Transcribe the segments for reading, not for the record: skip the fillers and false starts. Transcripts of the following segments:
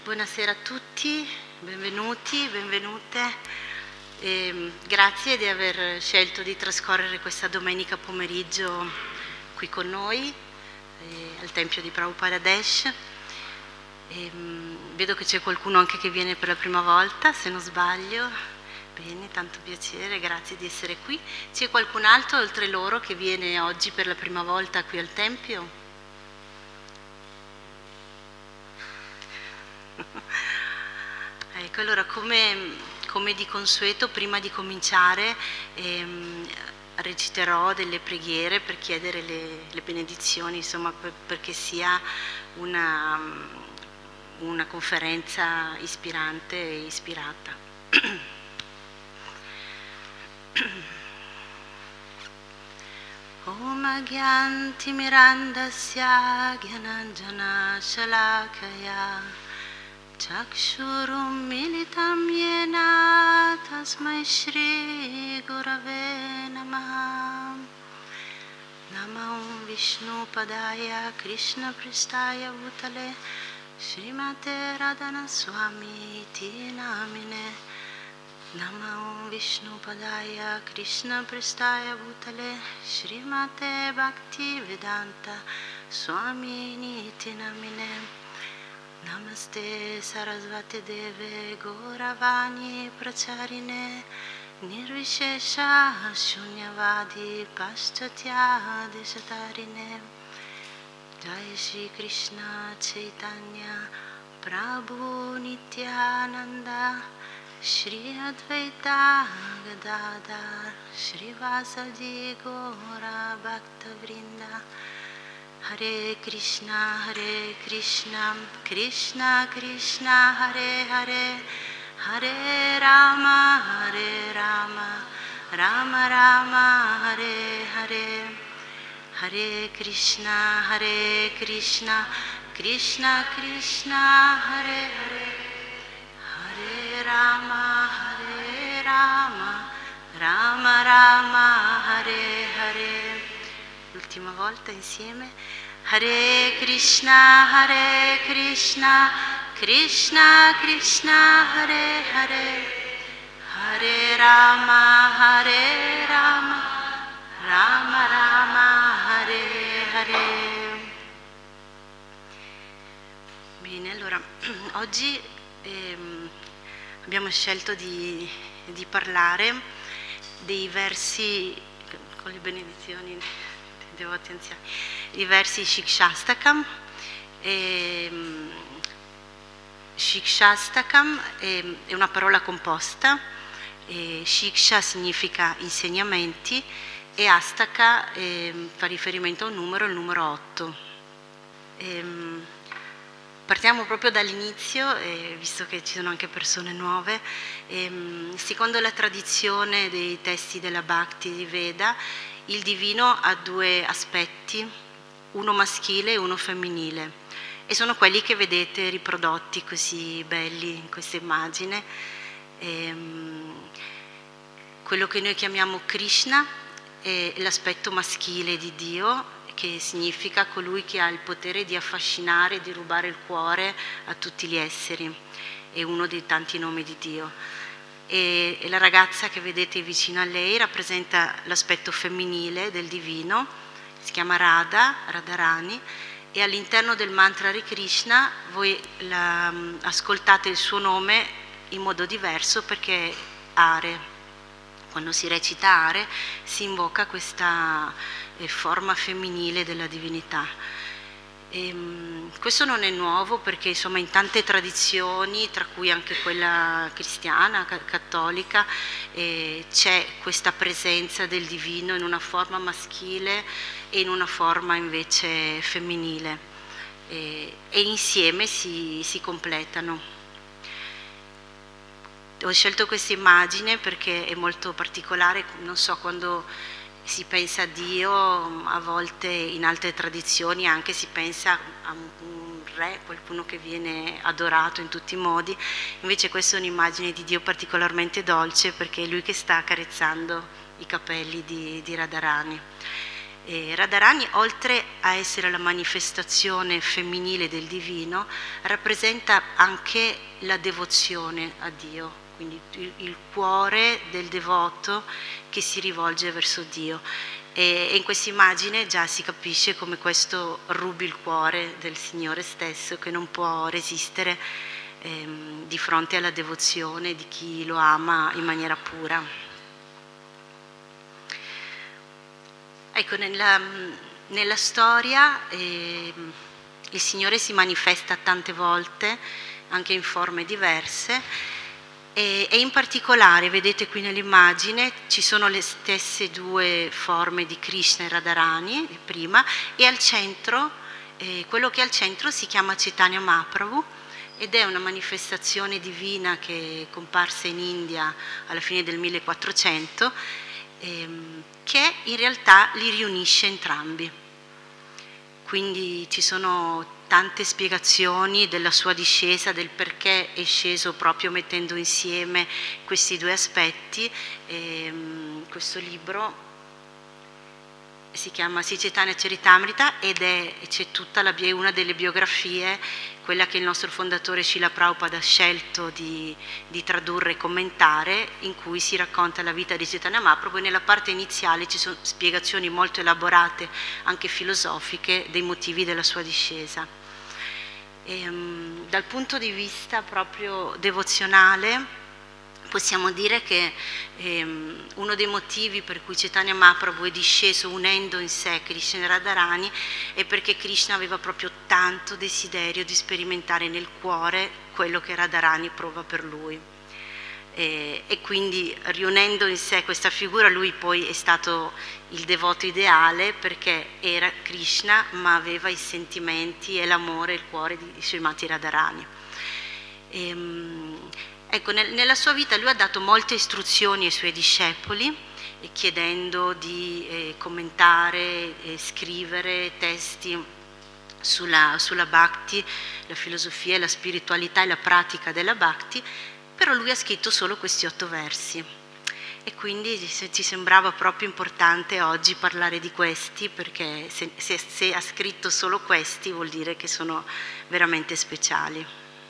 Buonasera a tutti, benvenuti, benvenute. Grazie di aver scelto di trascorrere questa domenica pomeriggio qui con noi al Tempio di Prabhupada Desh. Vedo che c'è qualcuno anche che viene per la prima volta, se non sbaglio. Bene, tanto piacere, grazie di essere qui. C'è qualcun altro oltre loro che viene oggi per la prima volta qui al Tempio? Ecco, allora come di consueto, prima di cominciare reciterò delle preghiere per chiedere le benedizioni, insomma, perché sia una conferenza ispirante e ispirata. Om Agyanti Mirandasya Gyananjana Shalakaya Chakshurum Militam Yena Tasmai Shri Gurave Namaha Namo Vishnu Padaya Krishna Pristaya Bhutale Srimate Radhana Swami Iti Namine Namo Vishnu Padaya Krishna Pristaya Bhutale Srimate Bhakti Vedanta Swami Niti Namine Namaste Sarasvati Deve Gauravani Pracharine Nirvishesha Shunyavadi Paschatya Deshatarine Jai Shri Krishna Chaitanya Prabhu Nityananda Shri Advaita Gadadhar Shri Vasadi Gaura Bhakta Vrinda Hare Krishna, Krishna Krishna, Hare Hare, Hare Rama, Rama Rama, Hare Hare, Hare Krishna, Krishna Krishna, Hare Hare, Hare Rama, Rama Rama, Hare Hare. L'ultima volta insieme. Hare Krishna, Krishna Krishna, Hare Hare, Hare Rama, Rama Rama, Hare Hare. Bene, allora, oggi abbiamo scelto di parlare dei versi, con le benedizioni devoti anziani, i versi Shikshastakam. Shikshastakam è una parola composta, Shiksha significa insegnamenti e Astaka fa riferimento a un numero, il numero 8. Partiamo proprio dall'inizio, visto che ci sono anche persone nuove. Secondo la tradizione dei testi della Bhakti di Veda, il divino ha due aspetti, uno maschile e uno femminile, e sono quelli che vedete riprodotti così belli in questa immagine. Quello che noi chiamiamo Krishna è l'aspetto maschile di Dio, che significa colui che ha il potere di affascinare e di rubare il cuore a tutti gli esseri, è uno dei tanti nomi di Dio. E la ragazza che vedete vicino a lei rappresenta l'aspetto femminile del divino, si chiama Radharani, e all'interno del mantra Hare Krishna voi ascoltate il suo nome in modo diverso, perché Are, quando si recita Are, si invoca questa forma femminile della divinità. Questo non è nuovo, perché insomma in tante tradizioni, tra cui anche quella cristiana, cattolica, c'è questa presenza del divino in una forma maschile e in una forma invece femminile, e insieme si completano. Ho scelto questa immagine perché è molto particolare. Non so, quando si pensa a Dio, a volte in altre tradizioni anche si pensa a un re, qualcuno che viene adorato in tutti i modi. Invece questa è un'immagine di Dio particolarmente dolce, perché è lui che sta accarezzando i capelli di Radharani. E Radharani, oltre a essere la manifestazione femminile del divino, rappresenta anche la devozione a Dio, quindi il cuore del devoto che si rivolge verso Dio. E in questa immagine già si capisce come questo rubi il cuore del Signore stesso, che non può resistere di fronte alla devozione di chi lo ama in maniera pura. Ecco, nella storia il Signore si manifesta tante volte, anche in forme diverse, e in particolare, vedete qui nell'immagine, ci sono le stesse due forme di Krishna e Radharani, prima, e al centro, quello che è al centro si chiama Chaitanya Mahaprabhu, ed è una manifestazione divina che è comparsa in India alla fine del 1400, che in realtà li riunisce entrambi. Quindi ci sono tante spiegazioni della sua discesa, del perché è sceso proprio mettendo insieme questi due aspetti. Questo libro si chiama Chaitanya Charitamrita ed c'è tutta una delle biografie, quella che il nostro fondatore Srila Prabhupada ha scelto di tradurre e commentare, in cui si racconta la vita di Chaitanya Mahaprabhu, e nella parte iniziale ci sono spiegazioni molto elaborate, anche filosofiche, dei motivi della sua discesa. Dal punto di vista proprio devozionale, possiamo dire che uno dei motivi per cui Chaitanya Mahaprabhu è disceso unendo in sé Krishna e Radharani è perché Krishna aveva proprio tanto desiderio di sperimentare nel cuore quello che Radharani prova per lui. E quindi, riunendo in sé questa figura, lui poi è stato il devoto ideale, perché era Krishna ma aveva i sentimenti e l'amore e il cuore di Srimati Radharani. Ecco, nella sua vita lui ha dato molte istruzioni ai suoi discepoli, chiedendo di commentare e scrivere testi sulla Bhakti, la filosofia, la spiritualità e la pratica della Bhakti, però lui ha scritto solo questi 8 versi. E quindi ci sembrava proprio importante oggi parlare di questi, perché se ha scritto solo questi vuol dire che sono veramente speciali.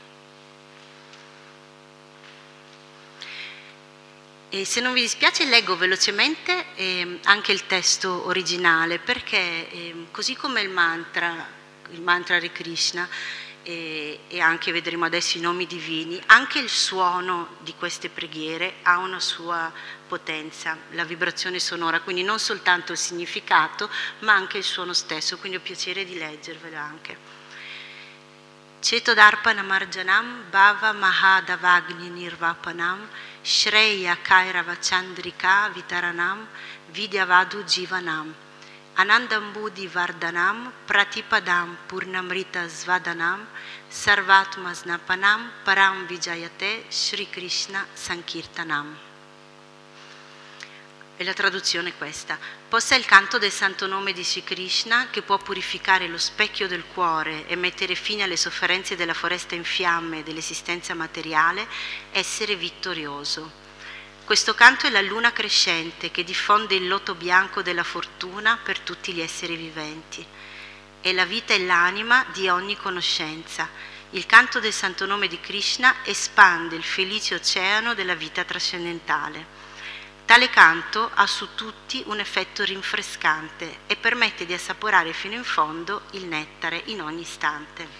E se non vi dispiace leggo velocemente anche il testo originale, perché così come il mantra Hare Krishna, e anche vedremo adesso i nomi divini, anche il suono di queste preghiere ha una sua potenza, la vibrazione sonora, quindi non soltanto il significato ma anche il suono stesso, quindi ho piacere di leggervelo anche. Cetodarpana Marjanam Bhava Mahadavagni Nirvapanam Shreya Kairava Chandrika Vitaranam Vidyavadu Jivanam Anandambudi Vardhanam Pratipadam Purnamrita Svadanam Sarvatma Snapanam Param Vijayate Shri Krishna Sankirtanam. E la traduzione è questa: possa il canto del santo nome di Shri Krishna, che può purificare lo specchio del cuore e mettere fine alle sofferenze della foresta in fiamme dell'esistenza materiale, essere vittorioso. Questo canto è la luna crescente che diffonde il loto bianco della fortuna per tutti gli esseri viventi. È la vita e l'anima di ogni conoscenza. Il canto del santo nome di Krishna espande il felice oceano della vita trascendentale. Tale canto ha su tutti un effetto rinfrescante e permette di assaporare fino in fondo il nettare in ogni istante.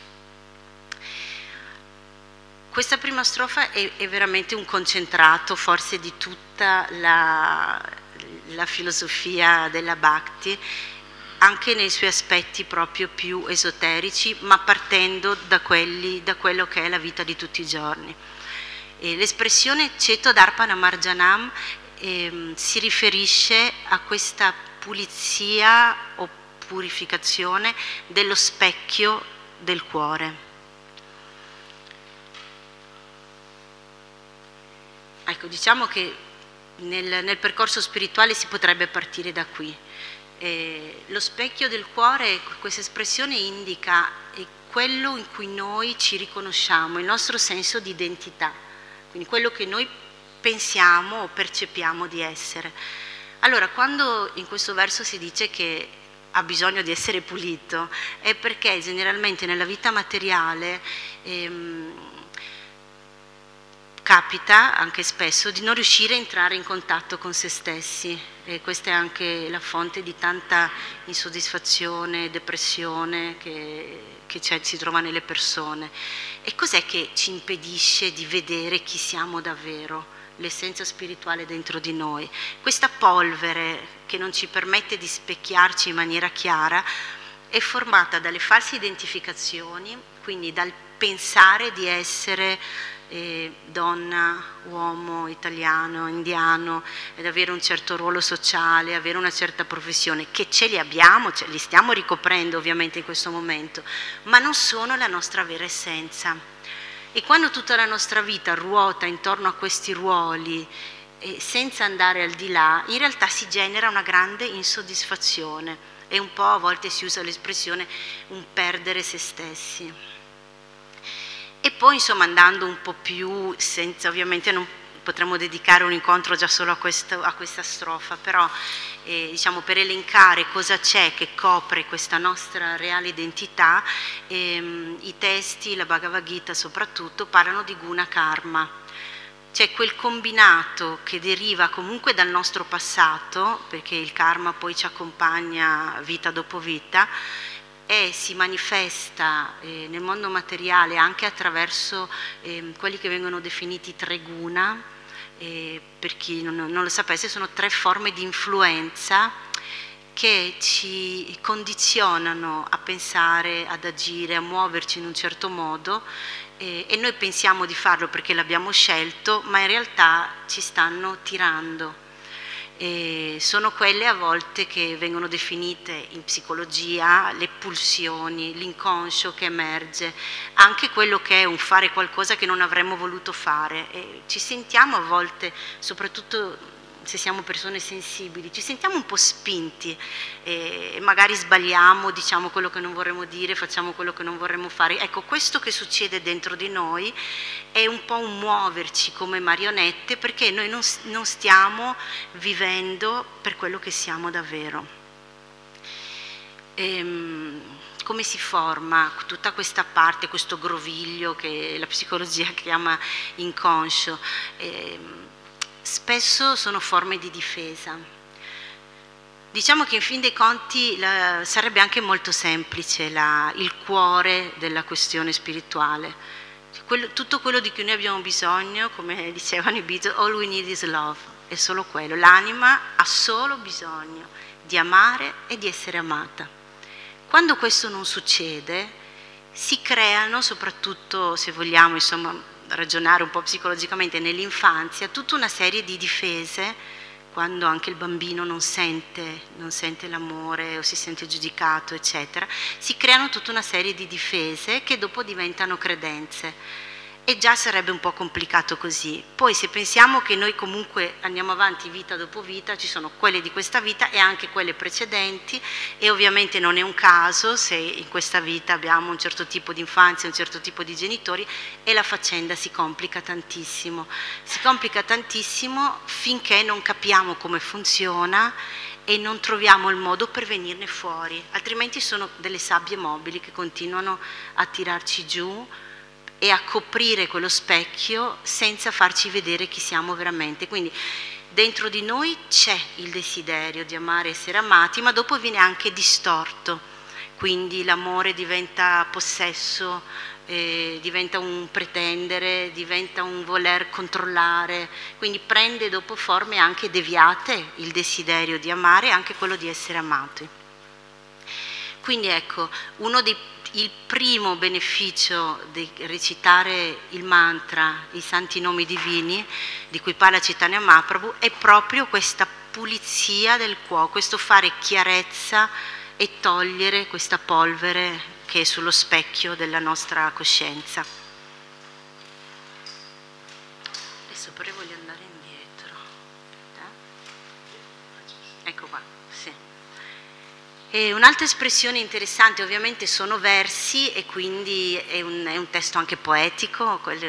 Questa prima strofa è veramente un concentrato forse di tutta la filosofia della Bhakti, anche nei suoi aspetti proprio più esoterici, ma partendo da quello che è la vita di tutti i giorni. L'espressione Cetodarpana Marjanam si riferisce a questa pulizia o purificazione dello specchio del cuore. Ecco, diciamo che nel percorso spirituale si potrebbe partire da qui. Lo specchio del cuore, questa espressione indica quello in cui noi ci riconosciamo, il nostro senso di identità, quindi quello che noi pensiamo o percepiamo di essere. Allora, quando in questo verso si dice che ha bisogno di essere pulito è perché generalmente nella vita materiale capita anche spesso di non riuscire a entrare in contatto con se stessi, e questa è anche la fonte di tanta insoddisfazione, depressione che si trova nelle persone. E cos'è che ci impedisce di vedere chi siamo davvero, l'essenza spirituale dentro di noi? Questa polvere che non ci permette di specchiarci in maniera chiara è formata dalle false identificazioni, quindi dal pensare di essere donna, uomo, italiano, indiano, ed avere un certo ruolo sociale, avere una certa professione, che ce li abbiamo, li stiamo ricoprendo ovviamente in questo momento, ma non sono la nostra vera essenza. E quando tutta la nostra vita ruota intorno a questi ruoli, senza andare al di là, in realtà si genera una grande insoddisfazione e un po' a volte si usa l'espressione un perdere se stessi. E poi insomma andando un po' più, senza, ovviamente non potremmo dedicare un incontro già solo a questa strofa, però diciamo per elencare cosa c'è che copre questa nostra reale identità, i testi, la Bhagavad Gita soprattutto, parlano di guna karma. C'è quel combinato che deriva comunque dal nostro passato, perché il karma poi ci accompagna vita dopo vita, e si manifesta nel mondo materiale anche attraverso quelli che vengono definiti tre guna. Per chi non lo sapesse, sono tre forme di influenza che ci condizionano a pensare, ad agire, a muoverci in un certo modo, e noi pensiamo di farlo perché l'abbiamo scelto, ma in realtà ci stanno tirando. Sono quelle a volte che vengono definite in psicologia le pulsioni, l'inconscio che emerge, anche quello che è un fare qualcosa che non avremmo voluto fare. E ci sentiamo a volte, soprattutto se siamo persone sensibili, ci sentiamo un po' spinti e magari sbagliamo, diciamo quello che non vorremmo dire, facciamo quello che non vorremmo fare. Ecco, questo che succede dentro di noi è un po' un muoverci come marionette, perché noi non stiamo vivendo per quello che siamo davvero. Come si forma tutta questa parte, questo groviglio che la psicologia chiama inconscio? Spesso sono forme di difesa. Diciamo che in fin dei conti sarebbe anche molto semplice il cuore della questione spirituale. Tutto quello di cui noi abbiamo bisogno, come dicevano i Beatles, all we need is love, è solo quello. L'anima ha solo bisogno di amare e di essere amata. Quando questo non succede, si creano, soprattutto se vogliamo insomma ragionare un po' psicologicamente, nell'infanzia tutta una serie di difese, quando anche il bambino non sente l'amore o si sente giudicato, eccetera, si creano tutta una serie di difese che dopo diventano credenze. E già sarebbe un po' complicato così. Poi se pensiamo che noi comunque andiamo avanti vita dopo vita, ci sono quelle di questa vita e anche quelle precedenti, e ovviamente non è un caso se in questa vita abbiamo un certo tipo di infanzia, un certo tipo di genitori, e la faccenda si complica tantissimo. Si complica tantissimo finché non capiamo come funziona e non troviamo il modo per venirne fuori, altrimenti sono delle sabbie mobili che continuano a tirarci giù e a coprire quello specchio senza farci vedere chi siamo veramente. Quindi dentro di noi c'è il desiderio di amare e essere amati, ma dopo viene anche distorto, quindi l'amore diventa possesso, diventa un pretendere, diventa un voler controllare, quindi prende dopo forme anche deviate il desiderio di amare e anche quello di essere amati. Quindi ecco, il primo beneficio di recitare il mantra, i santi nomi divini, di cui parla Chaitanya Mahaprabhu, è proprio questa pulizia del cuore, questo fare chiarezza e togliere questa polvere che è sullo specchio della nostra coscienza. Adesso però voglio andare indietro. Ecco qua, sì. E un'altra espressione interessante, ovviamente sono versi e quindi è un testo anche poetico, quello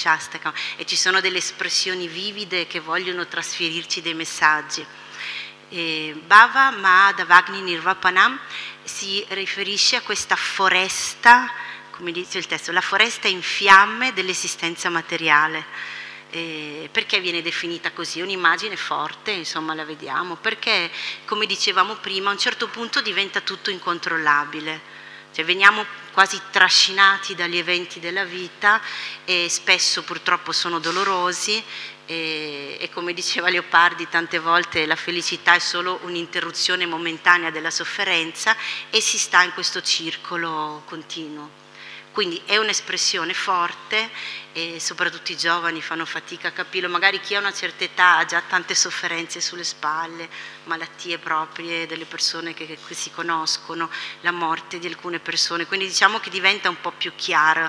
dell'Ishikshastakam, e ci sono delle espressioni vivide che vogliono trasferirci dei messaggi. Bhava Mahadavagni Nirvapanam si riferisce a questa foresta, come dice il testo, la foresta in fiamme dell'esistenza materiale. Perché viene definita così? Un'immagine forte, insomma, la vediamo, perché, come dicevamo prima, a un certo punto diventa tutto incontrollabile, cioè veniamo quasi trascinati dagli eventi della vita e spesso purtroppo sono dolorosi e come diceva Leopardi tante volte la felicità è solo un'interruzione momentanea della sofferenza e si sta in questo circolo continuo. Quindi è un'espressione forte e soprattutto i giovani fanno fatica a capirlo, magari chi ha una certa età ha già tante sofferenze sulle spalle, malattie proprie delle persone che si conoscono, la morte di alcune persone, quindi diciamo che diventa un po' più chiara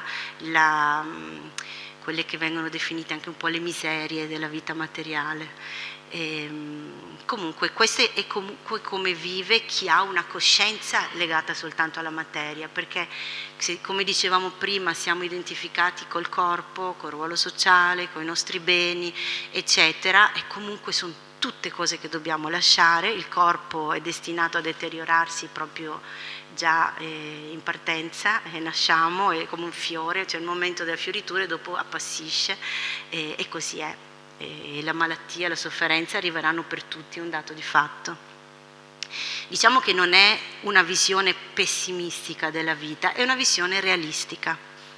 quelle che vengono definite anche un po' le miserie della vita materiale. Comunque questo è comunque come vive chi ha una coscienza legata soltanto alla materia, perché come dicevamo prima siamo identificati col corpo, col ruolo sociale, con i nostri beni eccetera, e comunque sono tutte cose che dobbiamo lasciare. Il corpo è destinato a deteriorarsi proprio già in partenza, nasciamo, è come un fiore, c'è il momento della fioritura e dopo appassisce e così è. E la malattia, la sofferenza arriveranno per tutti, è un dato di fatto. Diciamo che non è una visione pessimistica della vita, è una visione realistica.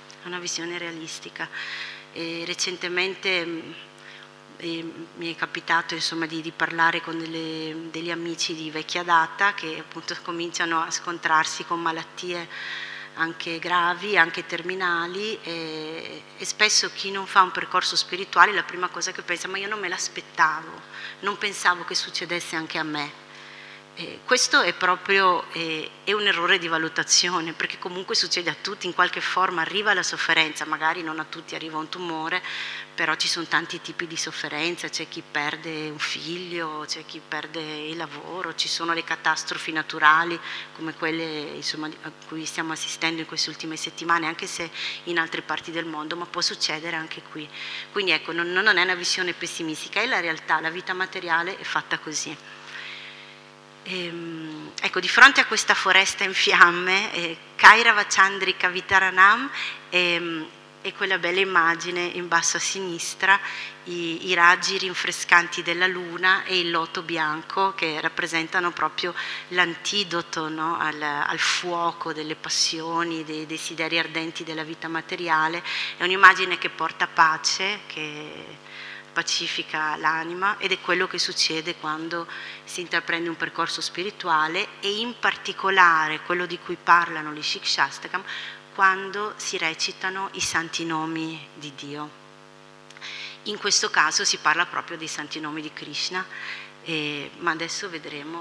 Recentemente mi è capitato insomma di parlare con degli amici di vecchia data che appunto cominciano a scontrarsi con malattie anche gravi, anche terminali e spesso chi non fa un percorso spirituale la prima cosa che pensa: ma io non me l'aspettavo, non pensavo che succedesse anche a me. Questo è proprio è un errore di valutazione, perché comunque succede a tutti, in qualche forma arriva la sofferenza, magari non a tutti arriva un tumore, però ci sono tanti tipi di sofferenza, c'è chi perde un figlio, c'è chi perde il lavoro, ci sono le catastrofi naturali come quelle insomma, a cui stiamo assistendo in queste ultime settimane, anche se in altre parti del mondo, ma può succedere anche qui. Quindi ecco, non è una visione pessimistica, è la realtà, la vita materiale è fatta così. Ecco, di fronte a questa foresta in fiamme, Kairava Chandrika Vitaranam è quella bella immagine in basso a sinistra, i raggi rinfrescanti della luna e il loto bianco che rappresentano proprio l'antidoto, no? al fuoco delle passioni, dei desideri ardenti della vita materiale. È un'immagine che porta pace, che pacifica l'anima, ed è quello che succede quando si intraprende un percorso spirituale e in particolare quello di cui parlano gli Shikshastakam quando si recitano i santi nomi di Dio. In questo caso si parla proprio dei santi nomi di Krishna, ma adesso vedremo.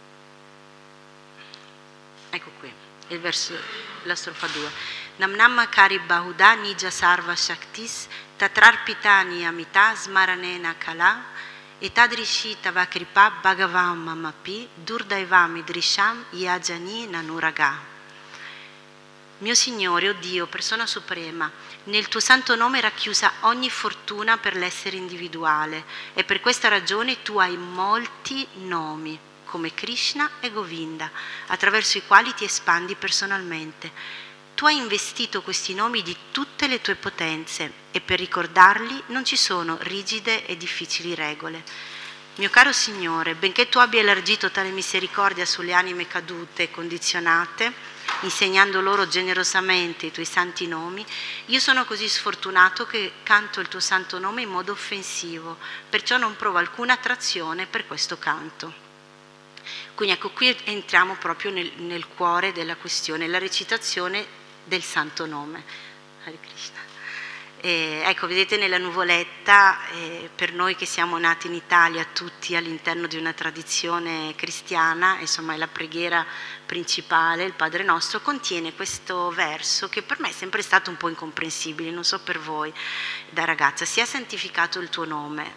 Ecco qui, il verso, la strofa 2. Namnamma Kari Bahuda Nija Sarva Shaktis Tatrarpitani Amita Smaranena Kala Etadrishi Tavakripa Bhagavam Mamapi Durdaivam Idrisham Yajani Nanuraga. Mio Signore, o Dio, persona suprema, nel tuo santo nome è racchiusa ogni fortuna per l'essere individuale e per questa ragione tu hai molti nomi, come Krishna e Govinda, attraverso i quali ti espandi personalmente. Tu hai investito questi nomi di tutte le tue potenze e per ricordarli non ci sono rigide e difficili regole. Mio caro Signore, benché tu abbia elargito tale misericordia sulle anime cadute e condizionate, insegnando loro generosamente i tuoi santi nomi, io sono così sfortunato che canto il tuo santo nome in modo offensivo, perciò non provo alcuna attrazione per questo canto. Quindi ecco, qui entriamo proprio nel cuore della questione, la recitazione del santo nome. Hare Krishna. Ecco, vedete nella nuvoletta, per noi che siamo nati in Italia, tutti all'interno di una tradizione cristiana, insomma è la preghiera principale, il Padre Nostro, contiene questo verso che per me è sempre stato un po' incomprensibile, non so per voi, da ragazza: sia santificato il tuo nome,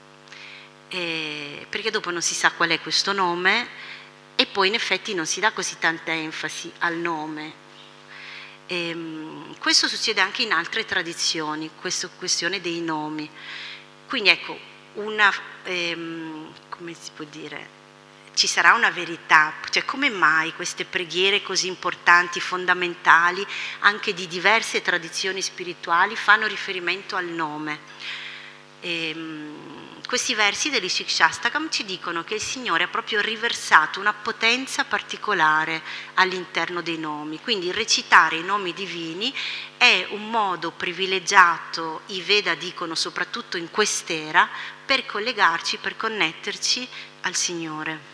perché dopo non si sa qual è questo nome e poi in effetti non si dà così tanta enfasi al nome. Questo succede anche in altre tradizioni, questa questione dei nomi. Quindi ecco, come si può dire, ci sarà una verità, cioè come mai queste preghiere così importanti, fondamentali, anche di diverse tradizioni spirituali, fanno riferimento al nome. Questi versi dell'Ishikshastakam ci dicono che il Signore ha proprio riversato una potenza particolare all'interno dei nomi, quindi recitare i nomi divini è un modo privilegiato, i Veda dicono soprattutto in quest'era, per collegarci, per connetterci al Signore.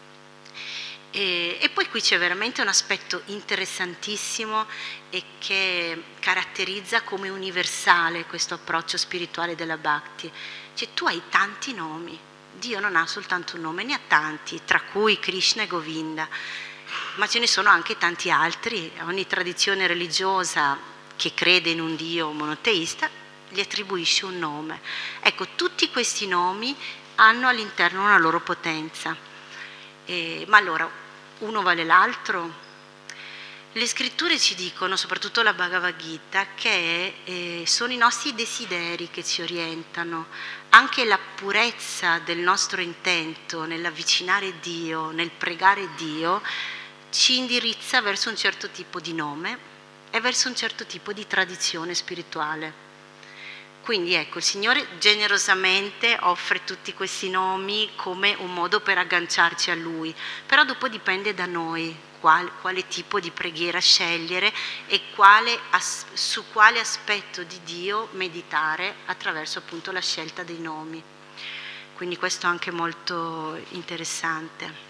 E poi qui c'è veramente un aspetto interessantissimo e che caratterizza come universale questo approccio spirituale della Bhakti. Cioè tu hai tanti nomi, Dio non ha soltanto un nome, ne ha tanti, tra cui Krishna e Govinda, ma ce ne sono anche tanti altri. Ogni tradizione religiosa che crede in un Dio monoteista gli attribuisce un nome. Ecco, tutti questi nomi hanno all'interno una loro potenza. Ma allora, uno vale l'altro? Le scritture ci dicono, soprattutto la Bhagavad Gita, che sono i nostri desideri che ci orientano, anche la purezza del nostro intento nell'avvicinare Dio, nel pregare Dio, ci indirizza verso un certo tipo di nome e verso un certo tipo di tradizione spirituale. Quindi ecco, il Signore generosamente offre tutti questi nomi come un modo per agganciarci a Lui, però dopo dipende da noi quale tipo di preghiera scegliere e su quale aspetto di Dio meditare attraverso appunto la scelta dei nomi. Quindi questo è anche molto interessante.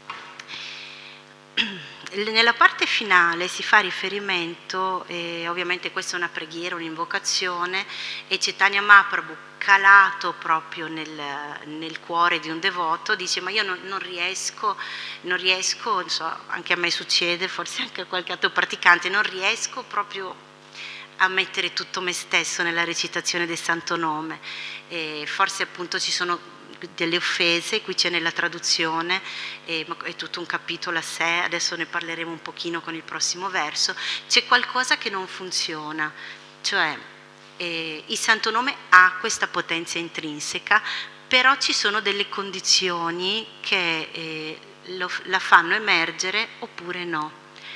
Nella parte finale si fa riferimento, ovviamente questa è una preghiera, un'invocazione, e Chaitanya Mahaprabhu, calato proprio nel cuore di un devoto, dice: ma io non riesco, non so, anche a me succede, forse anche a qualche altro praticante, non riesco proprio a mettere tutto me stesso nella recitazione del Santo Nome. Forse appunto ci sono delle offese, qui c'è nella traduzione, è tutto un capitolo a sé, adesso ne parleremo un pochino con il prossimo verso. C'è qualcosa che non funziona, cioè il Santo Nome ha questa potenza intrinseca, però ci sono delle condizioni che la fanno emergere oppure no.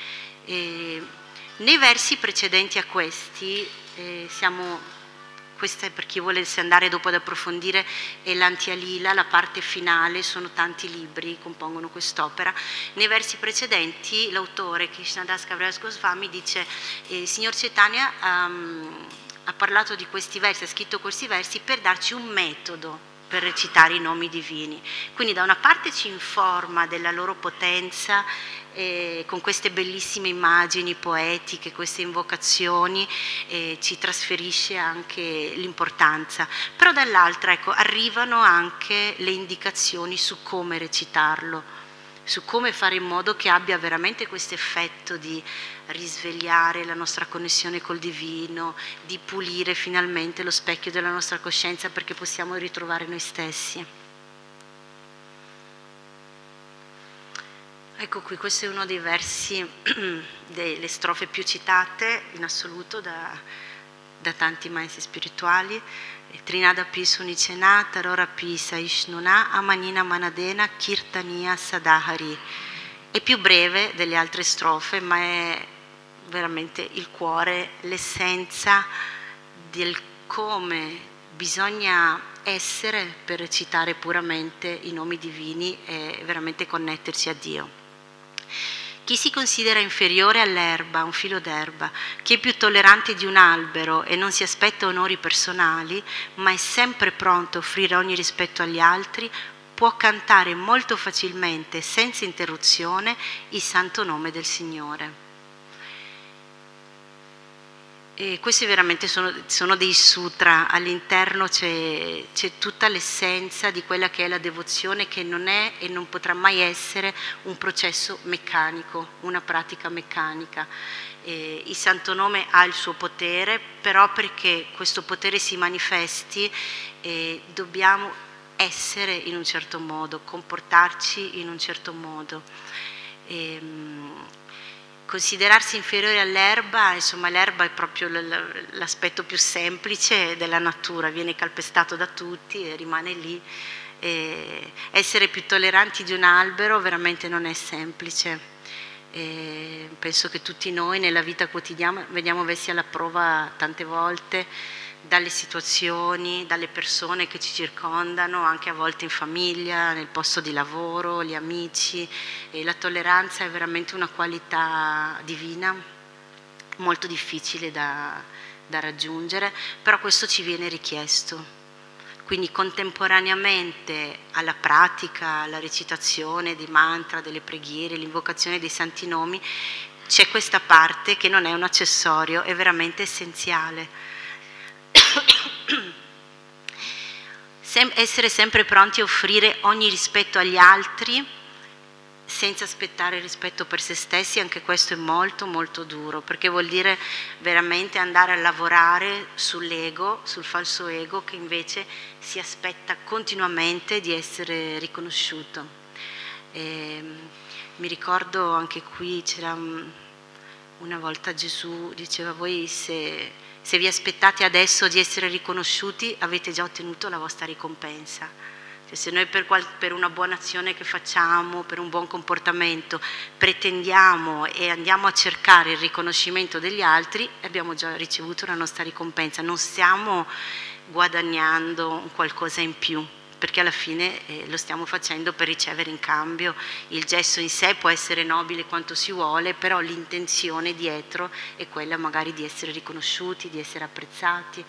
Nei versi precedenti a questi questa è per chi volesse andare dopo ad approfondire, è l'Antialila, la parte finale, sono tanti libri che compongono quest'opera. Nei versi precedenti l'autore Krishnadas Kaviraj Goswami dice: Signor Chaitanya ha parlato di questi versi, ha scritto questi versi per darci un metodo per recitare i nomi divini. Quindi da una parte ci informa della loro potenza con queste bellissime immagini poetiche, queste invocazioni, ci trasferisce anche l'importanza, però dall'altra ecco, arrivano anche le indicazioni su come recitarlo, su come fare in modo che abbia veramente questo effetto di risvegliare la nostra connessione col divino, di pulire finalmente lo specchio della nostra coscienza perché possiamo ritrovare noi stessi. Ecco qui, questo è uno dei versi, delle strofe più citate in assoluto da tanti maestri spirituali. Trinada pi sunicena, tarora pi saishnuna, amanina manadena, kirtaniya sadahari. È più breve delle altre strofe, ma è veramente il cuore, l'essenza del come bisogna essere per recitare puramente i nomi divini e veramente connettersi a Dio. Chi si considera inferiore all'erba, un filo d'erba, chi è più tollerante di un albero e non si aspetta onori personali, ma è sempre pronto a offrire ogni rispetto agli altri, può cantare molto facilmente, senza interruzione, il santo nome del Signore. E questi veramente sono dei sutra, all'interno c'è tutta l'essenza di quella che è la devozione, che non è e non potrà mai essere un processo meccanico, una pratica meccanica. Il Santo Nome ha il suo potere, però perché questo potere si manifesti dobbiamo essere in un certo modo, comportarci in un certo modo. Considerarsi inferiore all'erba, insomma l'erba è proprio l'aspetto più semplice della natura, viene calpestato da tutti e rimane lì, Essere più tolleranti di un albero veramente non è semplice. Penso che tutti noi nella vita quotidiana veniamo messi alla prova tante volte dalle situazioni, dalle persone che ci circondano, anche a volte in famiglia, nel posto di lavoro, gli amici. E la tolleranza è veramente una qualità divina, molto difficile da raggiungere, però questo ci viene richiesto. Quindi contemporaneamente alla pratica, alla recitazione dei mantra, delle preghiere, l'invocazione dei santi nomi, c'è questa parte che non è un accessorio, è veramente essenziale. Essere sempre pronti a offrire ogni rispetto agli altri senza aspettare rispetto per se stessi, anche questo è molto molto duro, perché vuol dire veramente andare a lavorare sull'ego, sul falso ego che invece si aspetta continuamente di essere riconosciuto. Mi ricordo anche qui c'era una volta Gesù diceva: voi se vi aspettate adesso di essere riconosciuti avete già ottenuto la vostra ricompensa. Se noi per una buona azione che facciamo, per un buon comportamento, pretendiamo e andiamo a cercare il riconoscimento degli altri, abbiamo già ricevuto la nostra ricompensa, non stiamo guadagnando un qualcosa in più, perché alla fine lo stiamo facendo per ricevere in cambio. Il gesto in sé può essere nobile quanto si vuole, però l'intenzione dietro è quella magari di essere riconosciuti, di essere apprezzati.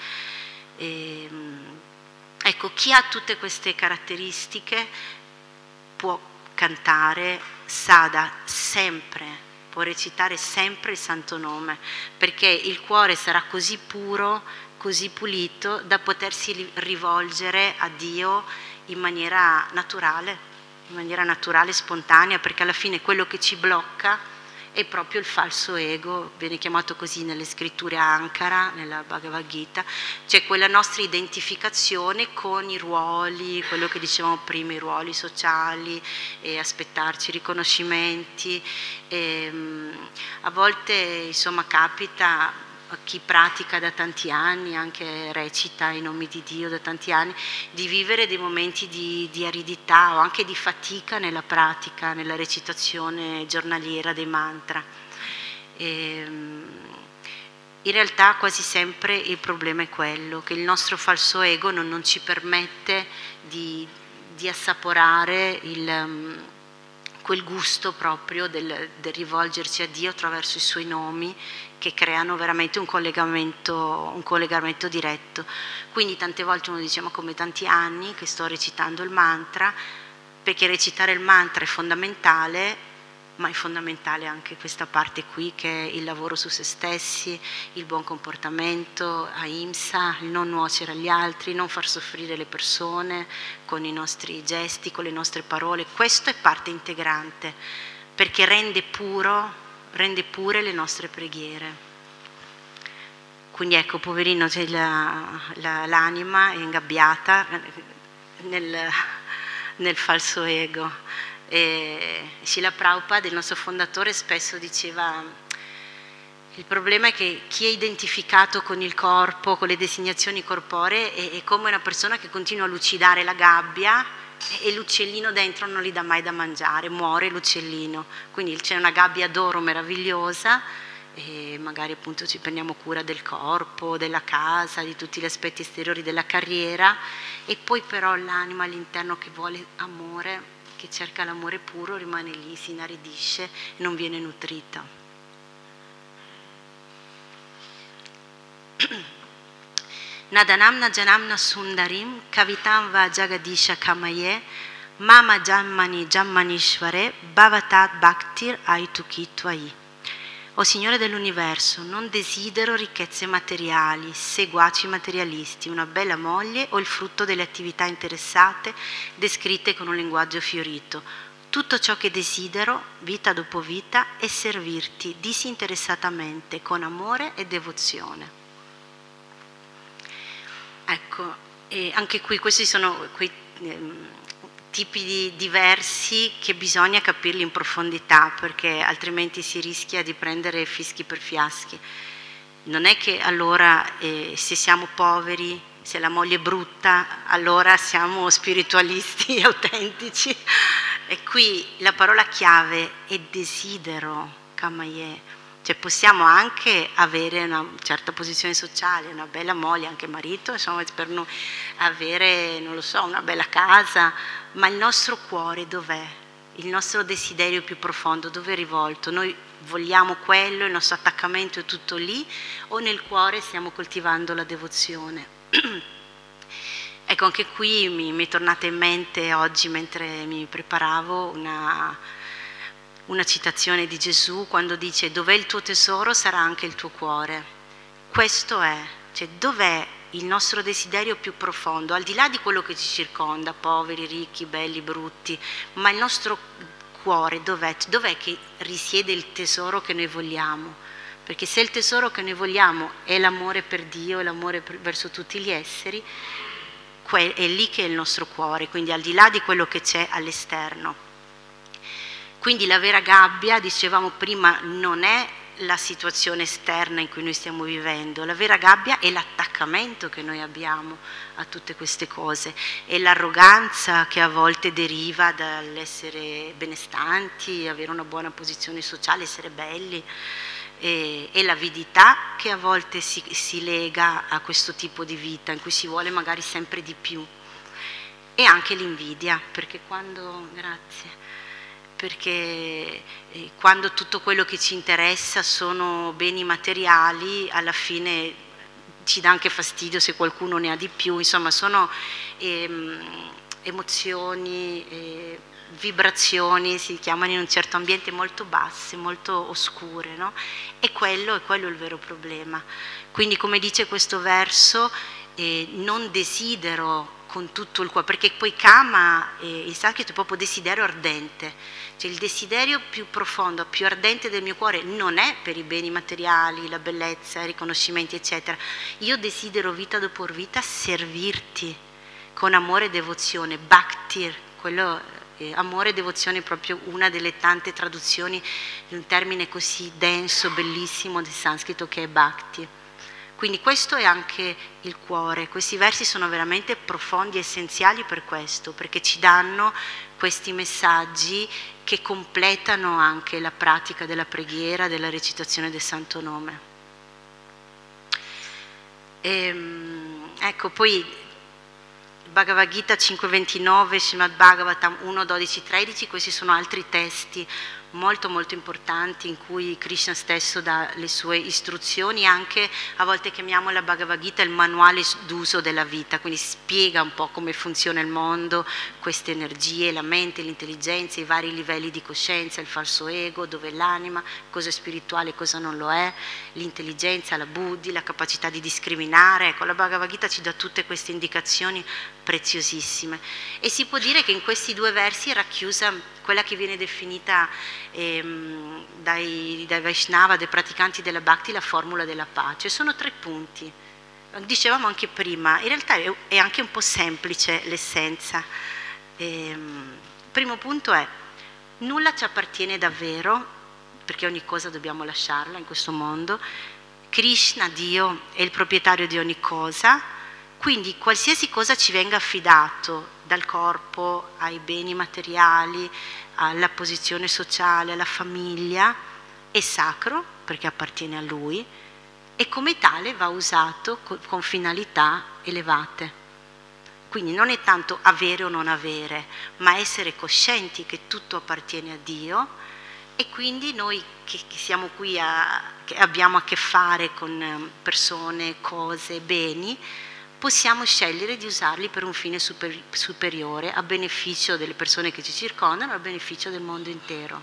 Ecco, chi ha tutte queste caratteristiche può cantare Sada sempre, può recitare sempre il santo nome, perché il cuore sarà così puro, così pulito da potersi rivolgere a Dio in maniera naturale, spontanea, perché alla fine quello che ci blocca è proprio il falso ego, viene chiamato così nelle scritture Ankara, nella Bhagavad Gita, cioè quella nostra identificazione con i ruoli, quello che dicevamo prima, i ruoli sociali, e aspettarci riconoscimenti. A volte insomma capita a chi pratica da tanti anni, anche recita i nomi di Dio da tanti anni, di vivere dei momenti di aridità o anche di fatica nella pratica, nella recitazione giornaliera dei mantra. In realtà quasi sempre il problema è quello, che il nostro falso ego non ci permette di assaporare quel gusto proprio del rivolgerci a Dio attraverso i suoi nomi, che creano veramente un collegamento diretto. Quindi tante volte uno dice: ma come tanti anni che sto recitando il mantra, perché recitare il mantra è fondamentale, ma è fondamentale anche questa parte qui, che è il lavoro su se stessi, il buon comportamento, ahimsa, il non nuocere agli altri, non far soffrire le persone con i nostri gesti, con le nostre parole. Questo è parte integrante, perché rende pure le nostre preghiere. Quindi ecco, poverino, c'è l'anima è ingabbiata nel falso ego. E Srila Prabhupada, il nostro fondatore, spesso diceva: il problema è che chi è identificato con il corpo, con le designazioni corporee, è come una persona che continua a lucidare la gabbia e l'uccellino dentro non gli dà mai da mangiare, muore l'uccellino. Quindi c'è una gabbia d'oro meravigliosa e magari appunto ci prendiamo cura del corpo, della casa, di tutti gli aspetti esteriori della carriera, e poi però l'anima all'interno che vuole amore, che cerca l'amore puro, rimane lì, si inaridisce e non viene nutrita. Nadanamna janamna sundarim kavitam va jagadisha kamaye mama jammani jammanishvare bhavatat bhaktir aituki tvai. O Signore dell'universo, non desidero ricchezze materiali, seguaci materialisti, una bella moglie o il frutto delle attività interessate descritte con un linguaggio fiorito. Tutto ciò che desidero, vita dopo vita, è servirti disinteressatamente, con amore e devozione. Ecco, e anche qui questi sono quei tipi di versi che bisogna capirli in profondità, perché altrimenti si rischia di prendere fischi per fiaschi. Non è che allora se siamo poveri, Se la moglie è brutta, allora siamo spiritualisti autentici. E qui la parola chiave è desidero, kamaye. Cioè possiamo anche avere una certa posizione sociale, una bella moglie, anche marito, insomma, per avere, non lo so, una bella casa, ma il nostro cuore dov'è? Il nostro desiderio più profondo dove è rivolto? Noi vogliamo quello, il nostro attaccamento è tutto lì, o nel cuore stiamo coltivando la devozione? Ecco, anche qui mi è tornata in mente oggi, mentre mi preparavo, una citazione di Gesù quando dice: dov'è il tuo tesoro sarà anche il tuo cuore. Questo è, cioè dov'è il nostro desiderio più profondo, al di là di quello che ci circonda, poveri, ricchi, belli, brutti, ma il nostro cuore dov'è? Dov'è che risiede il tesoro che noi vogliamo? Perché se il tesoro che noi vogliamo è l'amore per Dio, è l'amore verso tutti gli esseri, è lì che è il nostro cuore, quindi al di là di quello che c'è all'esterno. Quindi la vera gabbia, dicevamo prima, non è la situazione esterna in cui noi stiamo vivendo, la vera gabbia è l'attaccamento che noi abbiamo a tutte queste cose, è l'arroganza che a volte deriva dall'essere benestanti, avere una buona posizione sociale, essere belli, e l'avidità che a volte si lega a questo tipo di vita in cui si vuole magari sempre di più, e anche l'invidia, perché quando tutto quello che ci interessa sono beni materiali, alla fine ci dà anche fastidio se qualcuno ne ha di più, insomma sono emozioni, vibrazioni, si chiamano in un certo ambiente, molto basse, molto oscure, no? E quello è il vero problema. Quindi, come dice questo verso, non desidero con tutto il cuore, perché poi kama in sanscrito è proprio desiderio ardente, cioè il desiderio più profondo, più ardente del mio cuore non è per i beni materiali, la bellezza, i riconoscimenti eccetera. Io desidero vita dopo vita servirti con amore e devozione, bhaktir, quello amore e devozione è proprio una delle tante traduzioni di un termine così denso, bellissimo del sanscrito che è bhakti. Quindi questo è anche il cuore, questi versi sono veramente profondi e essenziali per questo, perché ci danno questi messaggi che completano anche la pratica della preghiera, della recitazione del Santo Nome. Ecco, poi Bhagavad Gita 5.29, Srimad Bhagavatam 1.12.13, questi sono altri testi molto molto importanti in cui Krishna stesso dà le sue istruzioni, anche a volte chiamiamo la Bhagavad Gita il manuale d'uso della vita, quindi spiega un po' come funziona il mondo, queste energie, la mente, l'intelligenza, i vari livelli di coscienza, il falso ego, dove è l'anima, cosa è spirituale, cosa non lo è, l'intelligenza, la buddhi, la capacità di discriminare. Ecco, la Bhagavad Gita ci dà tutte queste indicazioni preziosissime, e si può dire che in questi due versi è racchiusa quella che viene definita dai Vaishnava, dai praticanti della Bhakti, la formula della pace. Sono 3 punti, dicevamo anche prima, in realtà è anche un po' semplice l'essenza. Primo punto è: nulla ci appartiene davvero, perché ogni cosa dobbiamo lasciarla in questo mondo. Krishna, Dio, è il proprietario di ogni cosa, quindi qualsiasi cosa ci venga affidato, dal corpo ai beni materiali, alla posizione sociale, alla famiglia, è sacro perché appartiene a Lui, e come tale va usato con finalità elevate. Quindi non è tanto avere o non avere, ma essere coscienti che tutto appartiene a Dio, e quindi noi che siamo qui, che abbiamo a che fare con persone, cose, beni, possiamo scegliere di usarli per un fine superiore, a beneficio delle persone che ci circondano, a beneficio del mondo intero.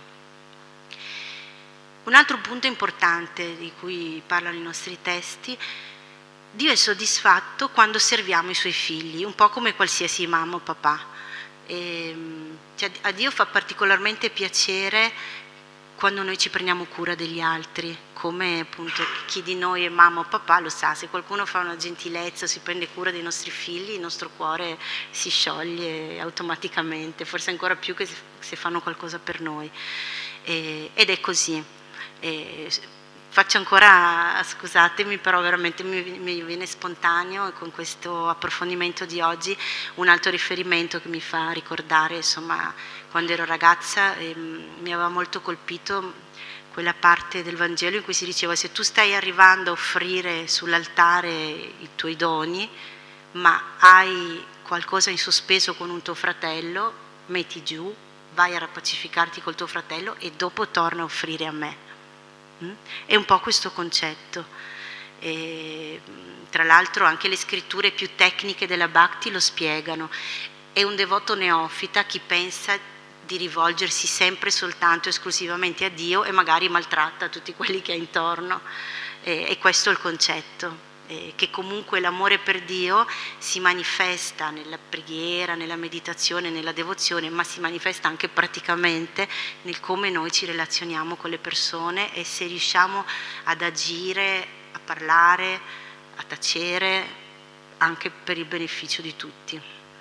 Un altro punto importante di cui parlano i nostri testi: Dio è soddisfatto quando serviamo i suoi figli, un po' come qualsiasi mamma o papà. Cioè, a Dio fa particolarmente piacere quando noi ci prendiamo cura degli altri, come appunto chi di noi è mamma o papà lo sa, se qualcuno fa una gentilezza, si prende cura dei nostri figli, il nostro cuore si scioglie automaticamente, forse ancora più che se fanno qualcosa per noi. Ed è così. faccio ancora, scusatemi, però veramente mi viene spontaneo, e con questo approfondimento di oggi un altro riferimento che mi fa ricordare, insomma, quando ero ragazza, mi aveva molto colpito quella parte del Vangelo in cui si diceva: se tu stai arrivando a offrire sull'altare i tuoi doni, ma hai qualcosa in sospeso con un tuo fratello, metti giù, vai a rapacificarti col tuo fratello e dopo torna a offrire a me. È un po' questo concetto. E, tra l'altro anche le scritture più tecniche della Bhakti lo spiegano. È un devoto neofita chi pensa di rivolgersi sempre soltanto esclusivamente a Dio e magari maltratta tutti quelli che ha intorno, e questo è il concetto, che comunque l'amore per Dio si manifesta nella preghiera, nella meditazione, nella devozione, ma si manifesta anche praticamente nel come noi ci relazioniamo con le persone e se riusciamo ad agire, a parlare, a tacere anche per il beneficio di tutti.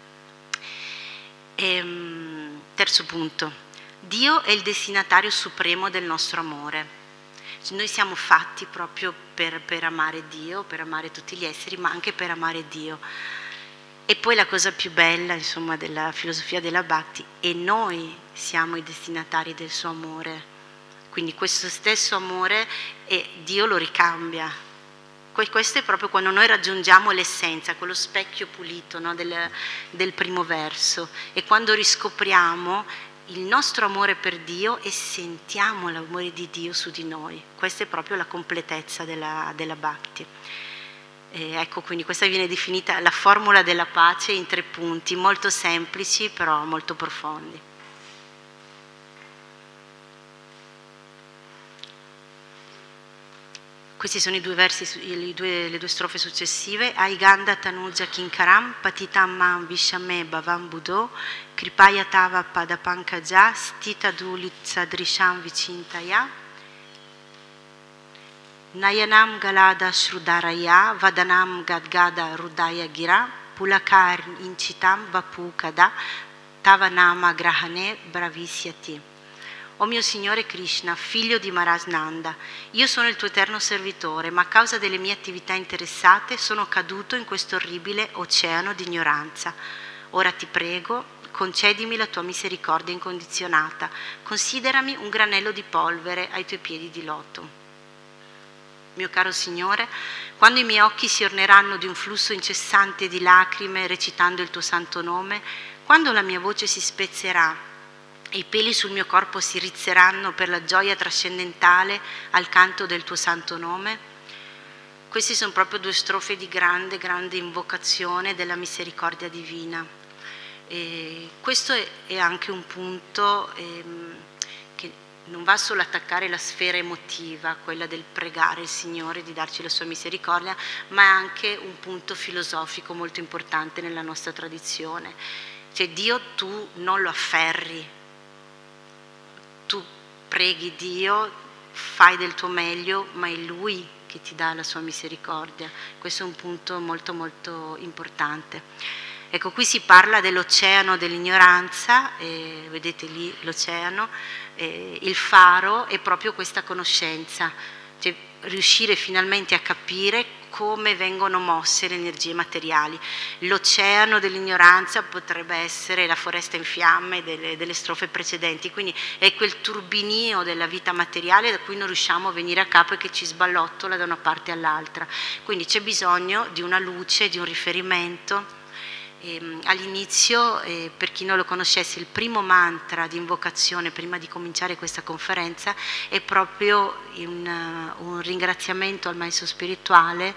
Terzo punto, Dio è il destinatario supremo del nostro amore. Noi siamo fatti proprio per amare Dio, per amare tutti gli esseri, ma anche per amare Dio. E poi la cosa più bella, insomma, della filosofia della Bhakti, e noi siamo i destinatari del suo amore. Quindi questo stesso amore Dio lo ricambia. Questo è proprio quando noi raggiungiamo l'essenza, quello specchio pulito, no, del primo verso, e quando riscopriamo il nostro amore per Dio e sentiamo l'amore di Dio su di noi. Questa è proprio la completezza della Bhakti. Ecco, quindi questa viene definita la formula della pace in 3 punti, molto semplici però molto profondi. Questi sono i 2 versi, le due strofe successive. Aiganda tanuja kinkaram patitam mam vishame bhavam buddho kripaya tava padapankaja stita dulitsadrisham vicintaya nayanam galada shrudaraya vadanam gadgada rudaya gira pulakar incitam vapukada tavanama grahane bravisyati. O mio Signore Krishna, figlio di Maharaj Nanda, io sono il tuo eterno servitore, ma a causa delle mie attività interessate sono caduto in questo orribile oceano di ignoranza. Ora ti prego, concedimi la tua misericordia incondizionata, considerami un granello di polvere ai tuoi piedi di loto. Mio caro Signore, quando i miei occhi si orneranno di un flusso incessante di lacrime recitando il tuo santo nome, quando la mia voce si spezzerà e i peli sul mio corpo si rizzeranno per la gioia trascendentale al canto del tuo santo nome. Queste sono proprio 2 strofe di grande invocazione della misericordia divina. E questo è anche un punto che non va solo a attaccare la sfera emotiva, quella del pregare il Signore di darci la sua misericordia, ma è anche un punto filosofico molto importante nella nostra tradizione. Cioè Dio tu non lo afferri, tu preghi Dio, fai del tuo meglio, ma è Lui che ti dà la sua misericordia. Questo è un punto molto importante. Ecco, qui si parla dell'oceano dell'ignoranza, vedete lì l'oceano, il faro è proprio questa conoscenza, cioè riuscire finalmente a capire come vengono mosse le energie materiali. L'oceano dell'ignoranza potrebbe essere la foresta in fiamme delle strofe precedenti, quindi è quel turbinio della vita materiale da cui non riusciamo a venire a capo e che ci sballottola da una parte all'altra. Quindi c'è bisogno di una luce, di un riferimento. All'inizio, per chi non lo conoscesse, il primo mantra di invocazione prima di cominciare questa conferenza è proprio un ringraziamento al maestro spirituale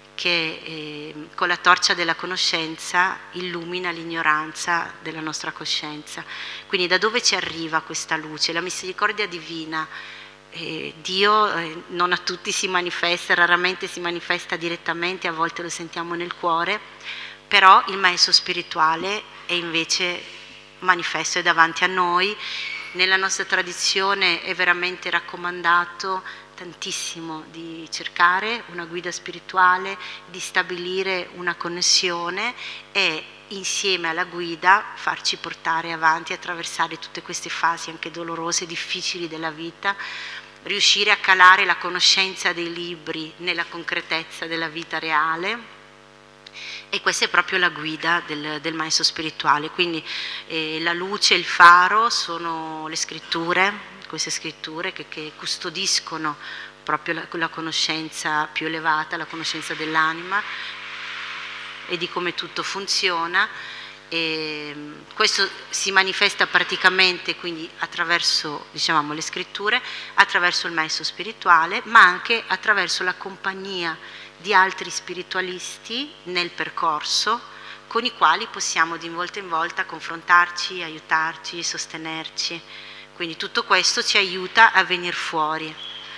che con la torcia della conoscenza illumina l'ignoranza della nostra coscienza. Quindi da dove ci arriva questa luce? La misericordia divina. Dio non a tutti si manifesta, raramente si manifesta direttamente, a volte lo sentiamo nel cuore, però il maestro spirituale è invece manifesto, è davanti a noi. Nella nostra tradizione è veramente raccomandato tantissimo di cercare una guida spirituale, di stabilire una connessione e insieme alla guida farci portare avanti, attraversare tutte queste fasi anche dolorose e difficili della vita, riuscire a calare la conoscenza dei libri nella concretezza della vita reale. E questa è proprio la guida del maestro spirituale, quindi la luce e il faro sono le scritture, queste scritture che custodiscono proprio la conoscenza più elevata, la conoscenza dell'anima e di come tutto funziona. E questo si manifesta praticamente quindi attraverso, diciamo, le scritture, attraverso il maestro spirituale, ma anche attraverso la compagnia di altri spiritualisti nel percorso, con i quali possiamo di volta in volta confrontarci, aiutarci, sostenerci. Quindi tutto questo ci aiuta a venire fuori,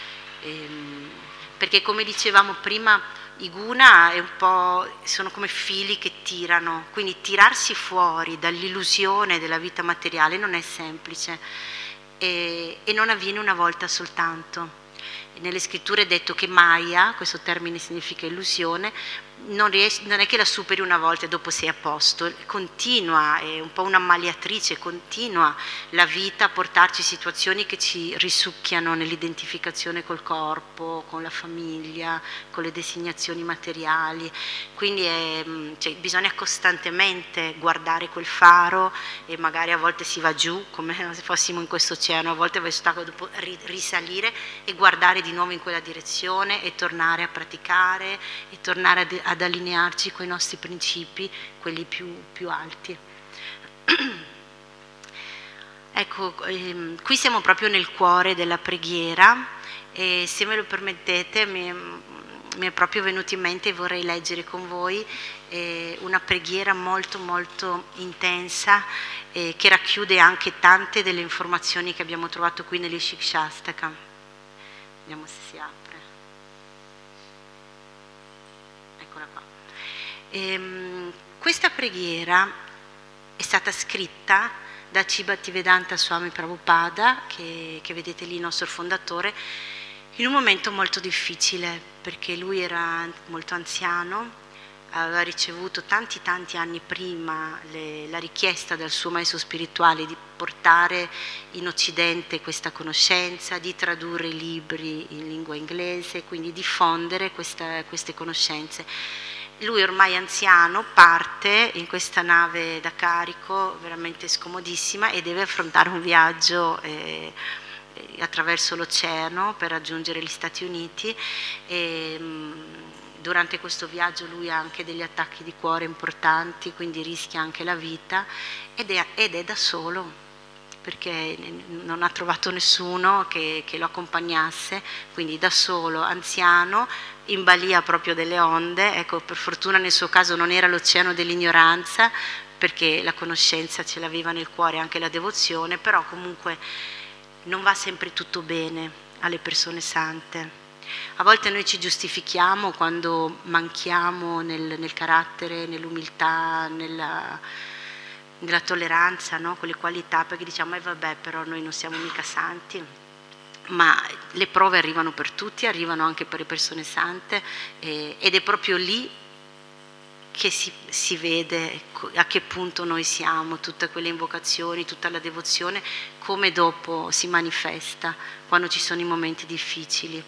perché come dicevamo prima, i guna è un po', sono come fili che tirano, quindi tirarsi fuori dall'illusione della vita materiale non è semplice e non avviene una volta soltanto. Nelle scritture è detto che Maya, questo termine significa illusione, non è che la superi una volta e dopo sei a posto, continua, è un po' una maliatrice, continua la vita a portarci situazioni che ci risucchiano nell'identificazione col corpo, con la famiglia, con le designazioni materiali, quindi cioè, bisogna costantemente guardare quel faro e magari a volte si va giù come se fossimo in questo oceano, a volte va dopo risalire e guardare di nuovo in quella direzione e tornare a praticare e tornare ad allinearci con i nostri principi, quelli più alti. Ecco, qui siamo proprio nel cuore della preghiera e se me lo permettete mi è proprio venuto in mente e vorrei leggere con voi una preghiera molto molto intensa che racchiude anche tante delle informazioni che abbiamo trovato qui negli Shikshastaka. Vediamo se si apre. Eccola qua. Questa preghiera è stata scritta da C. Bhaktivedanta Swami Prabhupada, che vedete lì, il nostro fondatore, in un momento molto difficile, perché lui era molto anziano, aveva ricevuto tanti anni prima la richiesta dal suo maestro spirituale di portare in Occidente questa conoscenza, di tradurre i libri in lingua inglese, quindi diffondere queste conoscenze. Lui ormai anziano parte in questa nave da carico veramente scomodissima e deve affrontare un viaggio attraverso l'oceano per raggiungere gli Stati Uniti durante questo viaggio lui ha anche degli attacchi di cuore importanti, quindi rischia anche la vita ed è da solo perché non ha trovato nessuno che lo accompagnasse, quindi da solo, anziano, in balia proprio delle onde. Ecco, per fortuna nel suo caso non era l'oceano dell'ignoranza, perché la conoscenza ce l'aveva nel cuore, anche la devozione, però comunque non va sempre tutto bene alle persone sante. A volte noi ci giustifichiamo quando manchiamo nel carattere, nell'umiltà, nella tolleranza, no? Quelle qualità, perché diciamo vabbè, però noi non siamo mica santi, ma le prove arrivano per tutti, arrivano anche per le persone sante ed è proprio lì che si vede a che punto noi siamo, tutte quelle invocazioni, tutta la devozione, come dopo si manifesta quando ci sono i momenti difficili.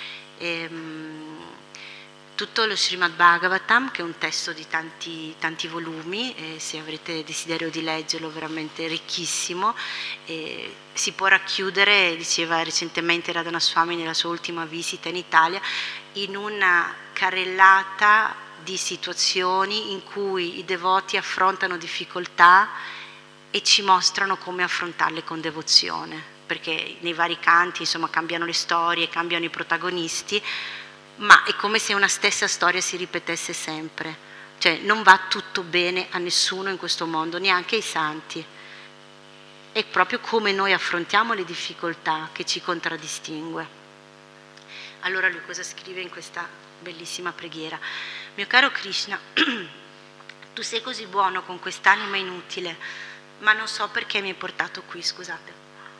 Tutto lo Srimad Bhagavatam, che è un testo di tanti volumi, se avrete desiderio di leggerlo, veramente ricchissimo, si può racchiudere, diceva recentemente Radhana Swami nella sua ultima visita in Italia, in una carrellata di situazioni in cui i devoti affrontano difficoltà e ci mostrano come affrontarle con devozione, perché nei vari canti insomma cambiano le storie, cambiano i protagonisti, ma è come se una stessa storia si ripetesse sempre, cioè non va tutto bene a nessuno in questo mondo, neanche ai santi. È proprio come noi affrontiamo le difficoltà che ci contraddistingue. Allora lui cosa scrive in questa bellissima preghiera? Mio caro Krishna, tu sei così buono con quest'anima inutile, ma non so perché mi hai portato qui, scusate.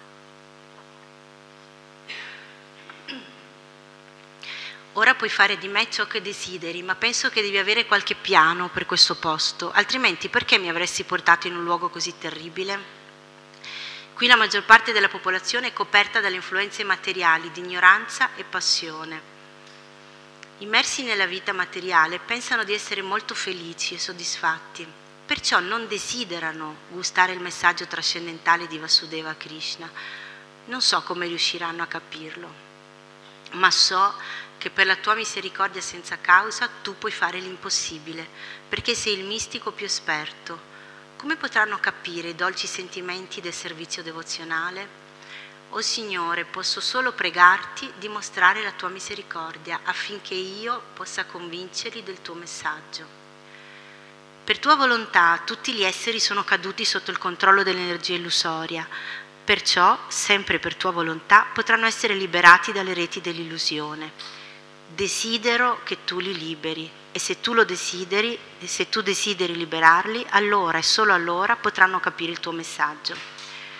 Ora puoi fare di me ciò che desideri, ma penso che devi avere qualche piano per questo posto, altrimenti perché mi avresti portato in un luogo così terribile? Qui la maggior parte della popolazione è coperta dalle influenze materiali di ignoranza e passione. Immersi nella vita materiale, pensano di essere molto felici e soddisfatti, perciò non desiderano gustare il messaggio trascendentale di Vasudeva Krishna. Non so come riusciranno a capirlo, ma so che per la tua misericordia senza causa tu puoi fare l'impossibile, perché sei il mistico più esperto. Come potranno capire i dolci sentimenti del servizio devozionale? O Signore, posso solo pregarti di mostrare la tua misericordia affinché io possa convincerli del tuo messaggio. Per tua volontà tutti gli esseri sono caduti sotto il controllo dell'energia illusoria, perciò, sempre per tua volontà, potranno essere liberati dalle reti dell'illusione. Desidero che tu li liberi e se tu lo desideri, e se tu desideri liberarli, allora e solo allora potranno capire il tuo messaggio.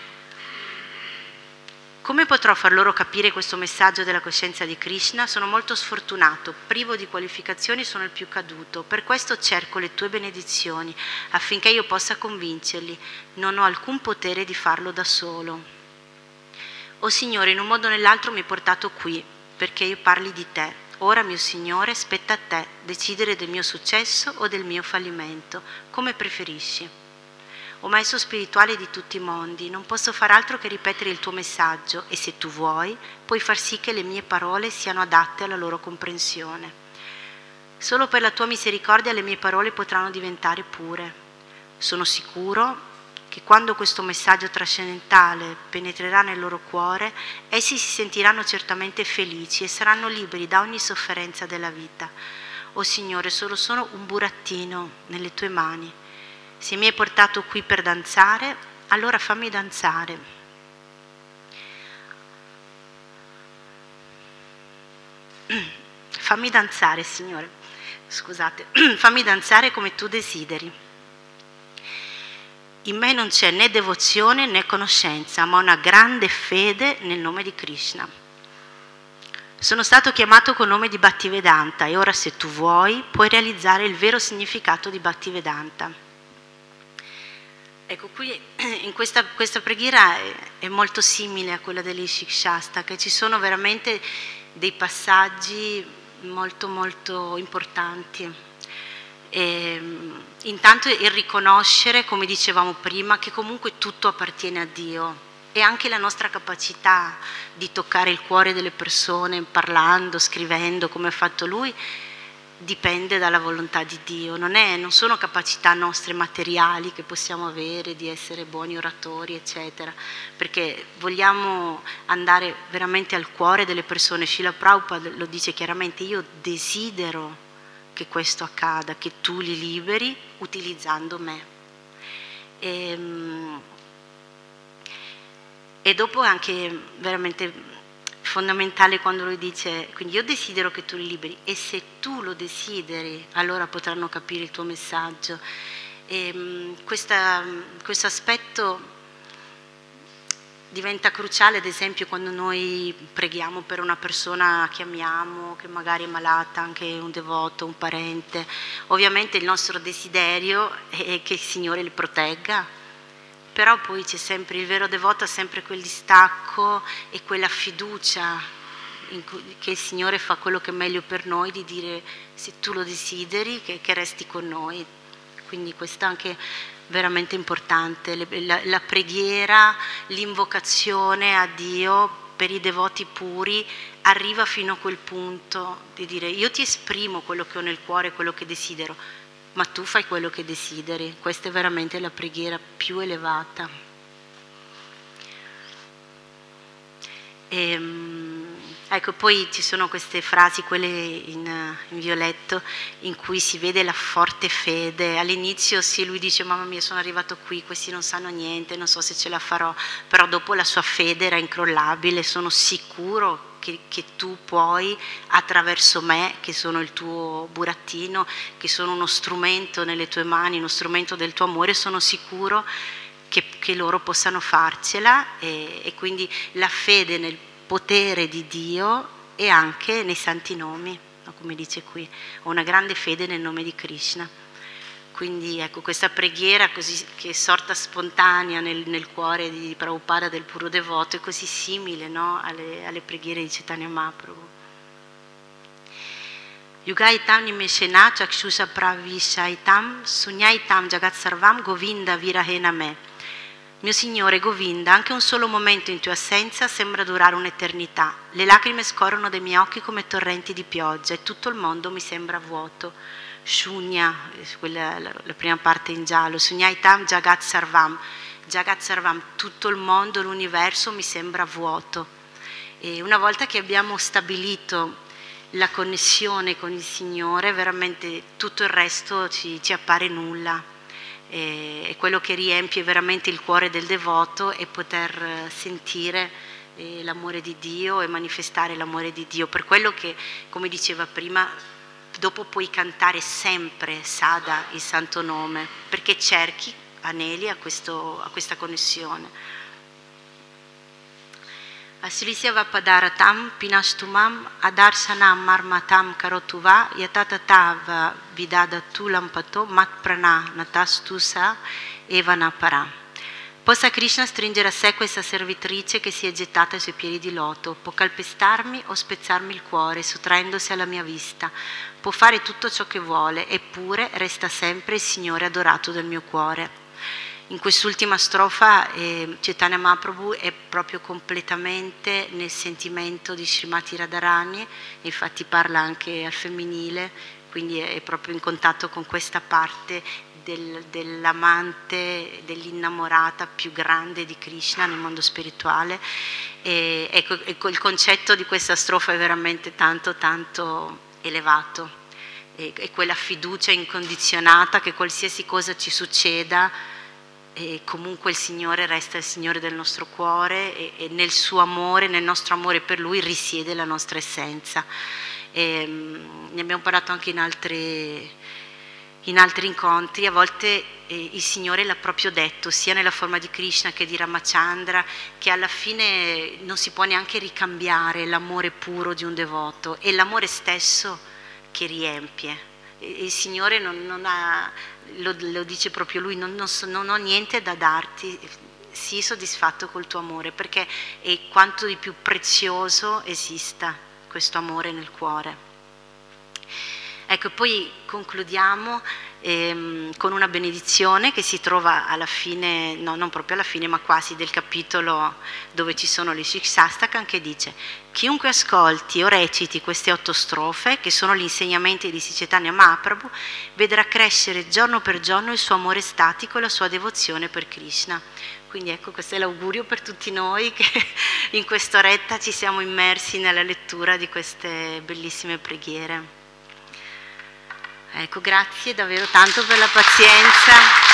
Come potrò far loro capire questo messaggio della coscienza di Krishna? Sono molto sfortunato, privo di qualificazioni, sono il più caduto. Per questo cerco le tue benedizioni, affinché io possa convincerli. Non ho alcun potere di farlo da solo. O Signore, in un modo o nell'altro mi hai portato qui, perché io parli di te. Ora, mio Signore, spetta a te decidere del mio successo o del mio fallimento, come preferisci. O Maestro spirituale di tutti i mondi, non posso far altro che ripetere il tuo messaggio e se tu vuoi, puoi far sì che le mie parole siano adatte alla loro comprensione. Solo per la tua misericordia le mie parole potranno diventare pure. Sono sicuro che quando questo messaggio trascendentale penetrerà nel loro cuore, essi si sentiranno certamente felici e saranno liberi da ogni sofferenza della vita. O Signore, sono un burattino nelle tue mani. Se mi hai portato qui per danzare, allora fammi danzare. Fammi danzare, Signore. Scusate. Fammi danzare come tu desideri. In me non c'è né devozione né conoscenza, ma una grande fede nel nome di Krishna. Sono stato chiamato col nome di Bhaktivedanta e ora se tu vuoi puoi realizzare il vero significato di Bhaktivedanta. Ecco, qui in questa preghiera è molto simile a quella dell'Ishikshasta, che ci sono veramente dei passaggi molto molto importanti. Intanto il riconoscere, come dicevamo prima, che comunque tutto appartiene a Dio e anche la nostra capacità di toccare il cuore delle persone parlando, scrivendo come ha fatto lui, dipende dalla volontà di Dio, non sono capacità nostre materiali che possiamo avere di essere buoni oratori, eccetera, perché vogliamo andare veramente al cuore delle persone. Srila Prabhupada lo dice chiaramente: io desidero che questo accada, che tu li liberi utilizzando me. E dopo è anche veramente fondamentale quando lui dice, quindi io desidero che tu li liberi e se tu lo desideri allora potranno capire il tuo messaggio. Questo aspetto diventa cruciale, ad esempio, quando noi preghiamo per una persona che amiamo, che magari è malata, anche un devoto, un parente. Ovviamente il nostro desiderio è che il Signore li protegga, però poi c'è sempre, il vero devoto ha sempre quel distacco e quella fiducia che il Signore fa quello che è meglio per noi, di dire se tu lo desideri che resti con noi. Quindi questo è anche veramente importante, la preghiera, l'invocazione a Dio per i devoti puri arriva fino a quel punto di dire io ti esprimo quello che ho nel cuore, quello che desidero, ma tu fai quello che desideri. Questa è veramente la preghiera più elevata. Ecco, poi ci sono queste frasi, quelle in violetto, in cui si vede la forte fede. All'inizio sì, lui dice mamma mia sono arrivato qui, questi non sanno niente, non so se ce la farò, però dopo la sua fede era incrollabile, sono sicuro che tu puoi, attraverso me, che sono il tuo burattino, che sono uno strumento nelle tue mani, uno strumento del tuo amore, sono sicuro che loro possano farcela, e quindi la fede nel potere di Dio e anche nei santi nomi, come dice qui, ho una grande fede nel nome di Krishna. quindi ecco, questa preghiera così, che è sorta spontanea nel cuore di Prabhupada, del puro devoto, è così simile, no? alle preghiere di Chaitanya Mahaprabhu. Yugaitam nimeshena chakshusha pravishaitam sunyaitam jagat sarvam govinda virahena me. Mio Signore Govinda, anche un solo momento in tua assenza sembra durare un'eternità. Le lacrime scorrono dai miei occhi come torrenti di pioggia e tutto il mondo mi sembra vuoto. Shunya, quella la prima parte in giallo, Sunyaitam Jagat Sarvam. Jagat Sarvam, tutto il mondo, l'universo mi sembra vuoto. E una volta che abbiamo stabilito la connessione con il Signore, veramente tutto il resto ci appare nulla. E quello che riempie veramente il cuore del devoto è poter sentire l'amore di Dio e manifestare l'amore di Dio. Per quello che, come diceva prima, dopo puoi cantare sempre Sada, il santo nome, perché cerchi, aneli a questa connessione. Aslisya vapadaratam pinastumam adarsanam marmatam karotuva yatatatav vidadatu lampato matprana natastusa evanapara. Possa Krishna stringere a sé questa servitrice che si è gettata ai suoi piedi di loto, può calpestarmi o spezzarmi il cuore sottraendosi alla mia vista, può fare tutto ciò che vuole, eppure resta sempre il Signore adorato del mio cuore. In quest'ultima strofa Chaitanya Mahaprabhu è proprio completamente nel sentimento di Srimati Radharani, infatti parla anche al femminile, quindi è proprio in contatto con questa parte dell'amante, dell'innamorata più grande di Krishna nel mondo spirituale. E ecco, il concetto di questa strofa è veramente tanto tanto elevato, è quella fiducia incondizionata che qualsiasi cosa ci succeda, e comunque il Signore resta il Signore del nostro cuore e nel suo amore, nel nostro amore per Lui risiede la nostra essenza. Ne abbiamo parlato anche in altri incontri. A volte il Signore l'ha proprio detto, sia nella forma di Krishna che di Ramachandra, che alla fine non si può neanche ricambiare l'amore puro di un devoto, è l'amore stesso che riempie. Il Signore non ha, lo dice proprio Lui, non ho niente da darti, sii soddisfatto col tuo amore, perché è quanto di più prezioso esista questo amore nel cuore. Ecco, poi concludiamo con una benedizione che si trova alla fine, no, non proprio alla fine, ma quasi del capitolo dove ci sono le Shikshastakam, che dice: chiunque ascolti o reciti queste 8 strofe, che sono gli insegnamenti di Sri Chaitanya Mahaprabhu, vedrà crescere giorno per giorno il suo amore statico e la sua devozione per Krishna. Quindi ecco, questo è l'augurio per tutti noi, che in quest'oretta ci siamo immersi nella lettura di queste bellissime preghiere. Ecco, grazie davvero tanto per la pazienza.